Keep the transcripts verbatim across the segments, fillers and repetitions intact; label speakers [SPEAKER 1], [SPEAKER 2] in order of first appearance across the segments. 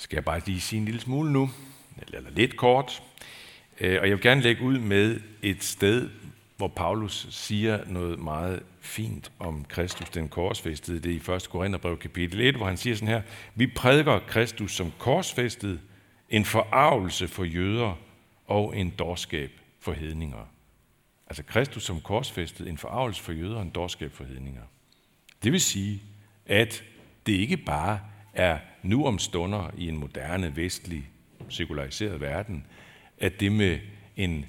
[SPEAKER 1] skal jeg bare lige sige en lille smule nu, eller lidt kort. Og jeg vil gerne lægge ud med et sted, hvor Paulus siger noget meget fint om Kristus, den korsfæstede. Det er i første Korintherbrev kapitel et, hvor han siger sådan her: Vi prædiker Kristus som korsfæstet, en forargelse for jøder og en dårskab for hedninger. Altså Kristus som korsfæstet, en forargelse for jøder og en dårskab for hedninger. Det vil sige, at det ikke bare er nu om stunder i en moderne, vestlig, sekulariseret verden, at det med en,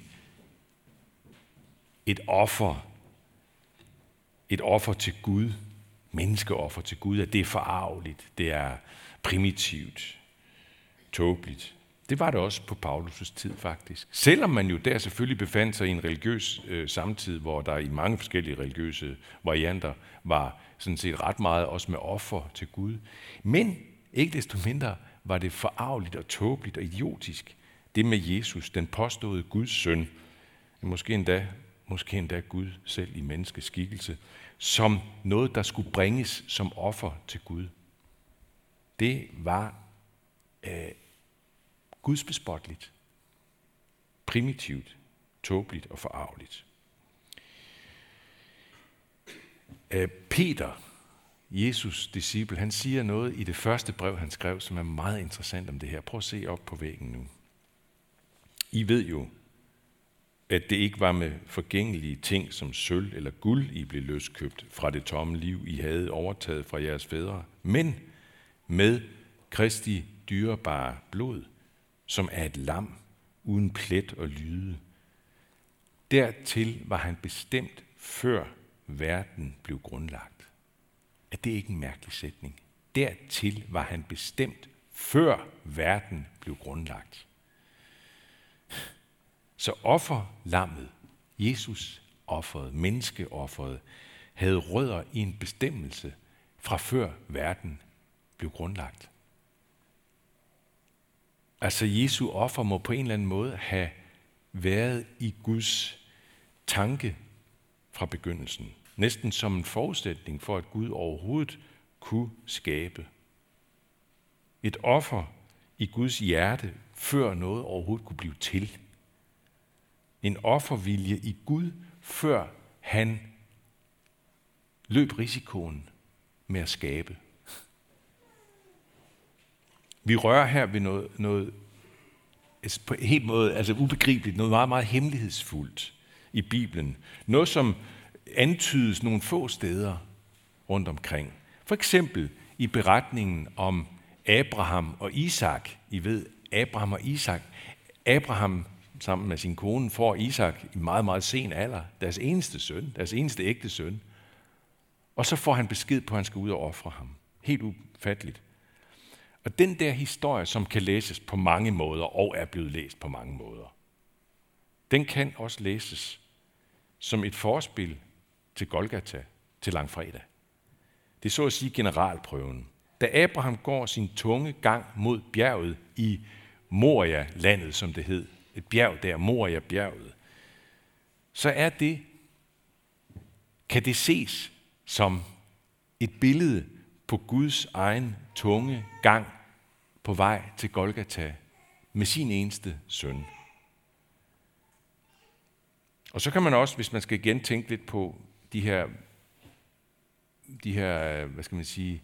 [SPEAKER 1] et offer, et offer til Gud, menneskeoffer til Gud, at det er forarveligt, det er primitivt, tåbeligt. Det var det også på Paulus' tid faktisk. Selvom man jo der selvfølgelig befandt sig i en religiøs øh, samtid, hvor der i mange forskellige religiøse varianter var sådan set ret meget også med offer til Gud. Men ikke desto mindre var det forarveligt og tåbeligt og idiotisk, det med Jesus, den påståede Guds søn, måske endda, måske endda Gud selv i menneskeskikkelse, som noget, der skulle bringes som offer til Gud. Det var øh, gudsbespotteligt, primitivt, tåbeligt og forarveligt. Øh, Peter, Jesus' disciple, han siger noget i det første brev, han skrev, som er meget interessant om det her. Prøv at se op på væggen nu. I ved jo, at det ikke var med forgængelige ting som sølv eller guld, I blev løskøbt fra det tomme liv, I havde overtaget fra jeres fædre, men med Kristi dyrebare blod, som er et lam uden plet og lyde. Dertil var han bestemt, før verden blev grundlagt. Er det ikke en mærkelig sætning? Dertil var han bestemt, før verden blev grundlagt. Så offerlammet, Jesus offeret, menneskeofferet, havde rødder i en bestemmelse fra før verden blev grundlagt. Altså Jesu offer må på en eller anden måde have været i Guds tanke fra begyndelsen. Næsten som en forudsætning for, at Gud overhovedet kunne skabe. Et offer i Guds hjerte, før noget overhovedet kunne blive til. En offervilje i Gud, før han løb risikoen med at skabe. Vi rører her ved noget, noget på en helt måde, altså ubegribeligt, noget meget, meget hemmelighedsfuldt i Bibelen. Noget, som antydes nogle få steder rundt omkring. For eksempel i beretningen om Abraham og Isak. I ved, Abraham og Isak. Abraham sammen med sin kone får Isak i meget, meget sen alder, deres eneste søn, deres eneste ægte søn. Og så får han besked på, at han skal ud og ofre ham. Helt ufatteligt. Og den der historie, som kan læses på mange måder, og er blevet læst på mange måder, den kan også læses som et forspil til Golgata, til langfredag. Det er så at sige generalprøven. Da Abraham går sin tunge gang mod bjerget i Moria-landet, som det hed, et bjerg der, Moria-bjerget, så er det, kan det ses som et billede på Guds egen tunge gang på vej til Golgata med sin eneste søn. Og så kan man også, hvis man skal igen tænke lidt på de her, de her, hvad skal man sige,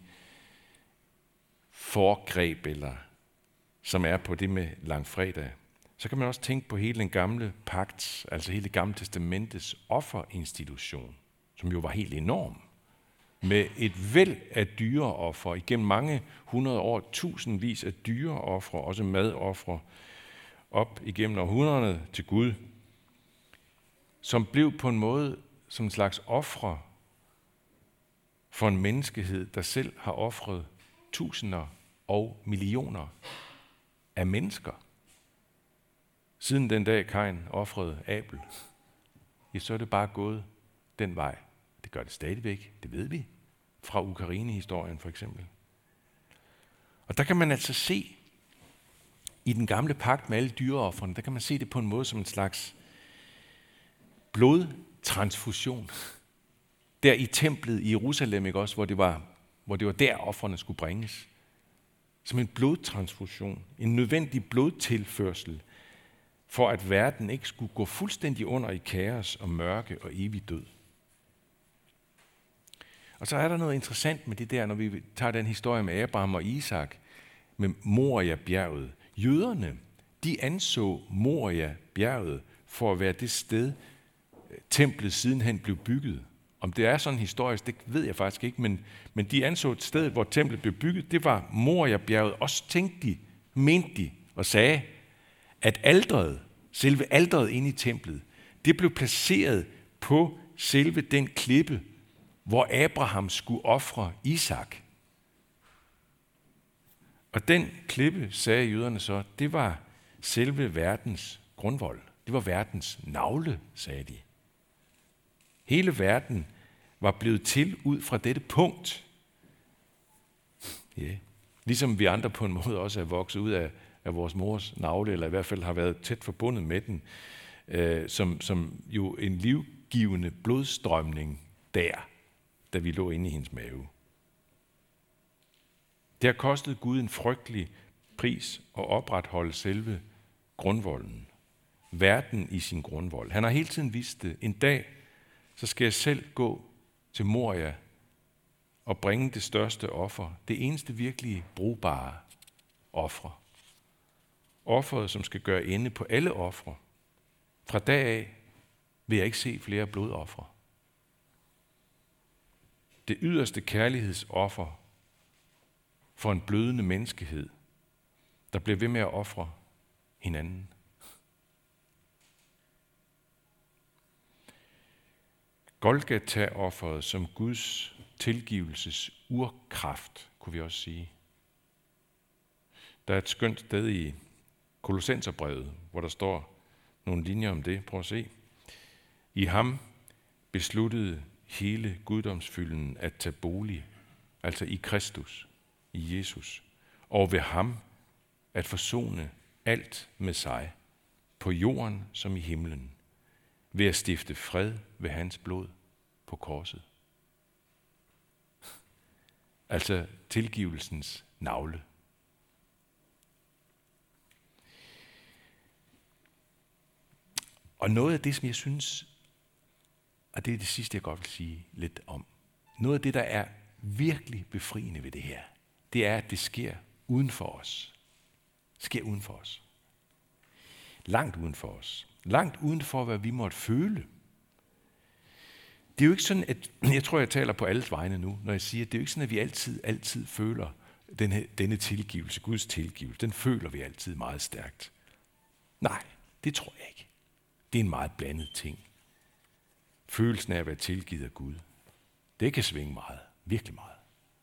[SPEAKER 1] forgreb, eller som er på det med langfredag, så kan man også tænke på hele den gamle pagt, altså hele det gamle testamentets offerinstitution, som jo var helt enorm, med et væld af dyreoffer igennem mange hundrede år, tusindvis af dyreoffer, også madoffer, op igennem århundrederne til Gud, som blev på en måde som en slags ofre for en menneskehed, der selv har ofret tusinder og millioner af mennesker. Siden den dag Kain ofrede Abel, ja, så er det bare gået den vej. Det gør det stadigvæk, det ved vi, fra Ukraine-historien for eksempel. Og der kan man altså se, i den gamle pagt med alle dyreofferne, der kan man se det på en måde som en slags blodtransfusion. Der i templet i Jerusalem, ikke også, hvor det var, hvor det var der, offrene skulle bringes. som en blodtransfusion, en nødvendig blodtilførsel, for at verden ikke skulle gå fuldstændig under i kaos og mørke og evig død. Og så er der noget interessant med det der, når vi tager den historie med Abraham og Isak, med Moria-bjerget. Jøderne, de anså Moria-bjerget for at være det sted, templet sidenhen blev bygget. Om det er sådan historisk, det ved jeg faktisk ikke, men, men de anså et sted, hvor templet blev bygget, det var Moria-bjerget. Også tænkte de, mente de og sagde, at alteret, selve alteret inde i templet, det blev placeret på selve den klippe, hvor Abraham skulle ofre Isak. Og den klippe, sagde jøderne så, det var selve verdens grundvold. Det var verdens navle, sagde de. Hele verden var blevet til ud fra dette punkt. Yeah. Ligesom vi andre på en måde også er vokset ud af, af vores mors navle, eller i hvert fald har været tæt forbundet med den, øh, som, som jo en livgivende blodstrømning der, da vi lå inde i hendes mave. Det har kostet Gud en frygtelig pris at opretholde selve grundvolden. Verden i sin grundvold. Han har hele tiden vidst det. En dag, så skal jeg selv gå til Moria og bringe det største offer. Det eneste virkelig brugbare offer. Offeret, som skal gøre ende på alle ofre. Fra dag af vil jeg ikke se flere blodofre. Det yderste kærlighedsoffer for en blødende menneskehed, der bliver ved med at ofre hinanden. Golgata-offeret som Guds tilgivelses urkraft, kunne vi også sige. Der er et skønt sted i Kolossenserbrevet, hvor der står nogle linjer om det. Prøv at se. I ham besluttede hele guddomsfylden at tage bolig, altså i Kristus, i Jesus, og ved ham at forsone alt med sig, på jorden som i himlen, ved at stifte fred ved hans blod på korset. Altså tilgivelsens navle. Og noget af det, som jeg synes, og det er det sidste, jeg godt vil sige lidt om, noget af det, der er virkelig befriende ved det her, det er, at det sker uden for os. Det sker uden for os. Langt uden for os. Langt uden for, hvad vi måtte føle. Det er jo ikke sådan, at, jeg tror, jeg taler på alles vegne nu, når jeg siger, at det er jo ikke sådan, at vi altid, altid føler denne, denne tilgivelse, Guds tilgivelse. Den føler vi altid meget stærkt. Nej, det tror jeg ikke. Det er en meget blandet ting. Følelsen af at være tilgivet af Gud, det kan svinge meget. Virkelig meget.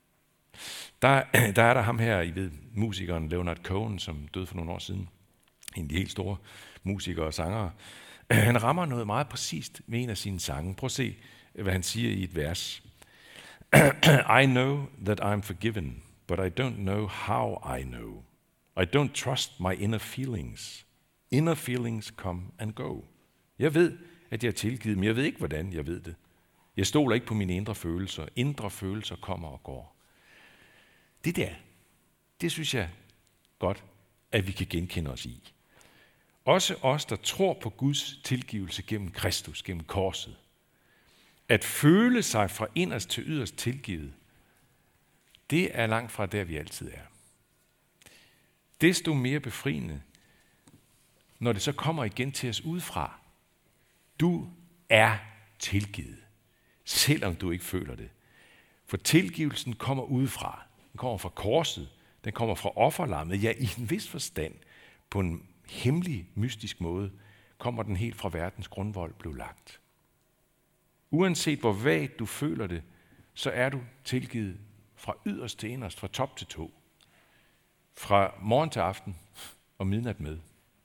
[SPEAKER 1] Der, der er der ham her, I ved, musikeren Leonard Cohen, som døde for nogle år siden. En af de helt store musikere og sangere. Han rammer noget meget præcist med en af sine sange. Prøv at se, hvad han siger i et vers. I know that I'm forgiven, but I don't know how I know. I don't trust my inner feelings. Inner feelings come and go. Jeg ved, at jeg er tilgivet, men jeg ved ikke, hvordan jeg ved det. Jeg stoler ikke på mine indre følelser. Indre følelser kommer og går. Det der, det synes jeg godt, at vi kan genkende os i. Også os, der tror på Guds tilgivelse gennem Kristus, gennem korset. At føle sig fra inderst til yderst tilgivet, det er langt fra der, vi altid er. Desto mere befriende, når det så kommer igen til os udefra. Du er tilgivet, selvom du ikke føler det. For tilgivelsen kommer udefra. Den kommer fra korset, den kommer fra offerlammet. Ja, i en vis forstand, på en hemmelig, mystisk måde, kommer den helt fra verdens grundvold blev lagt. Uanset hvor vagt du føler det, så er du tilgivet fra yderst til inderst, fra top til tå. Fra morgen til aften og midnat med.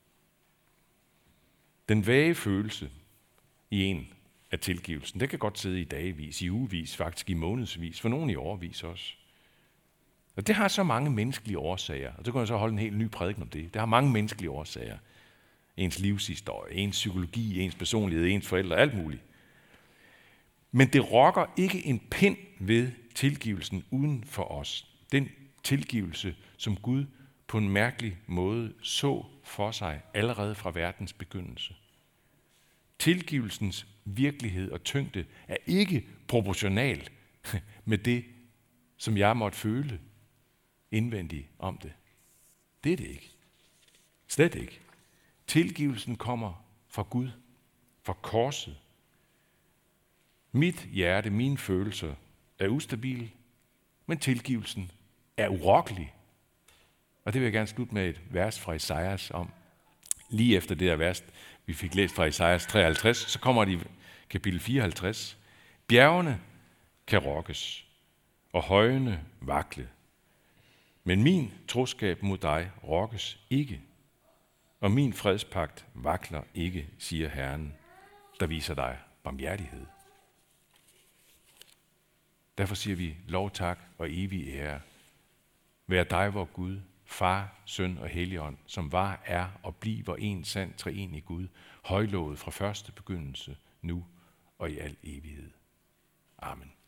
[SPEAKER 1] Den vage følelse i en af tilgivelsen, det kan godt sidde i dagevis, i ugevis, faktisk i månedsvis, for nogle i årevis også. Og det har så mange menneskelige årsager, og så kan jeg så holde en helt ny prædiken om det. Det har mange menneskelige årsager. Ens livshistorie, ens psykologi, ens personlighed, ens forældre, alt muligt. Men det rokker ikke en pind ved tilgivelsen uden for os. Den tilgivelse, som Gud på en mærkelig måde så for sig allerede fra verdens begyndelse. Tilgivelsens virkelighed og tyngde er ikke proportional med det, som jeg måtte føle indvendigt om det. Det er det ikke. Slet ikke. Tilgivelsen kommer fra Gud, fra korset. Mit hjerte, mine følelser er ustabile, men tilgivelsen er urokkelig. Og det vil jeg gerne slutte med et vers fra Esajas om. Lige efter det her vers, vi fik læst fra Esajas treoghalvtreds, så kommer det i kapitel fireoghalvtreds. Bjergene kan rokkes, og højene vakle. Men min troskab mod dig rokkes ikke, og min fredspagt vakler ikke, siger Herren, der viser dig barmhjertighed. Derfor siger vi lov, tak og evig ære. Vær dig, vor Gud, Far, Søn og Helligånd, som var, er og bliver en sand treenig Gud, højlovet fra første begyndelse, nu og i al evighed. Amen.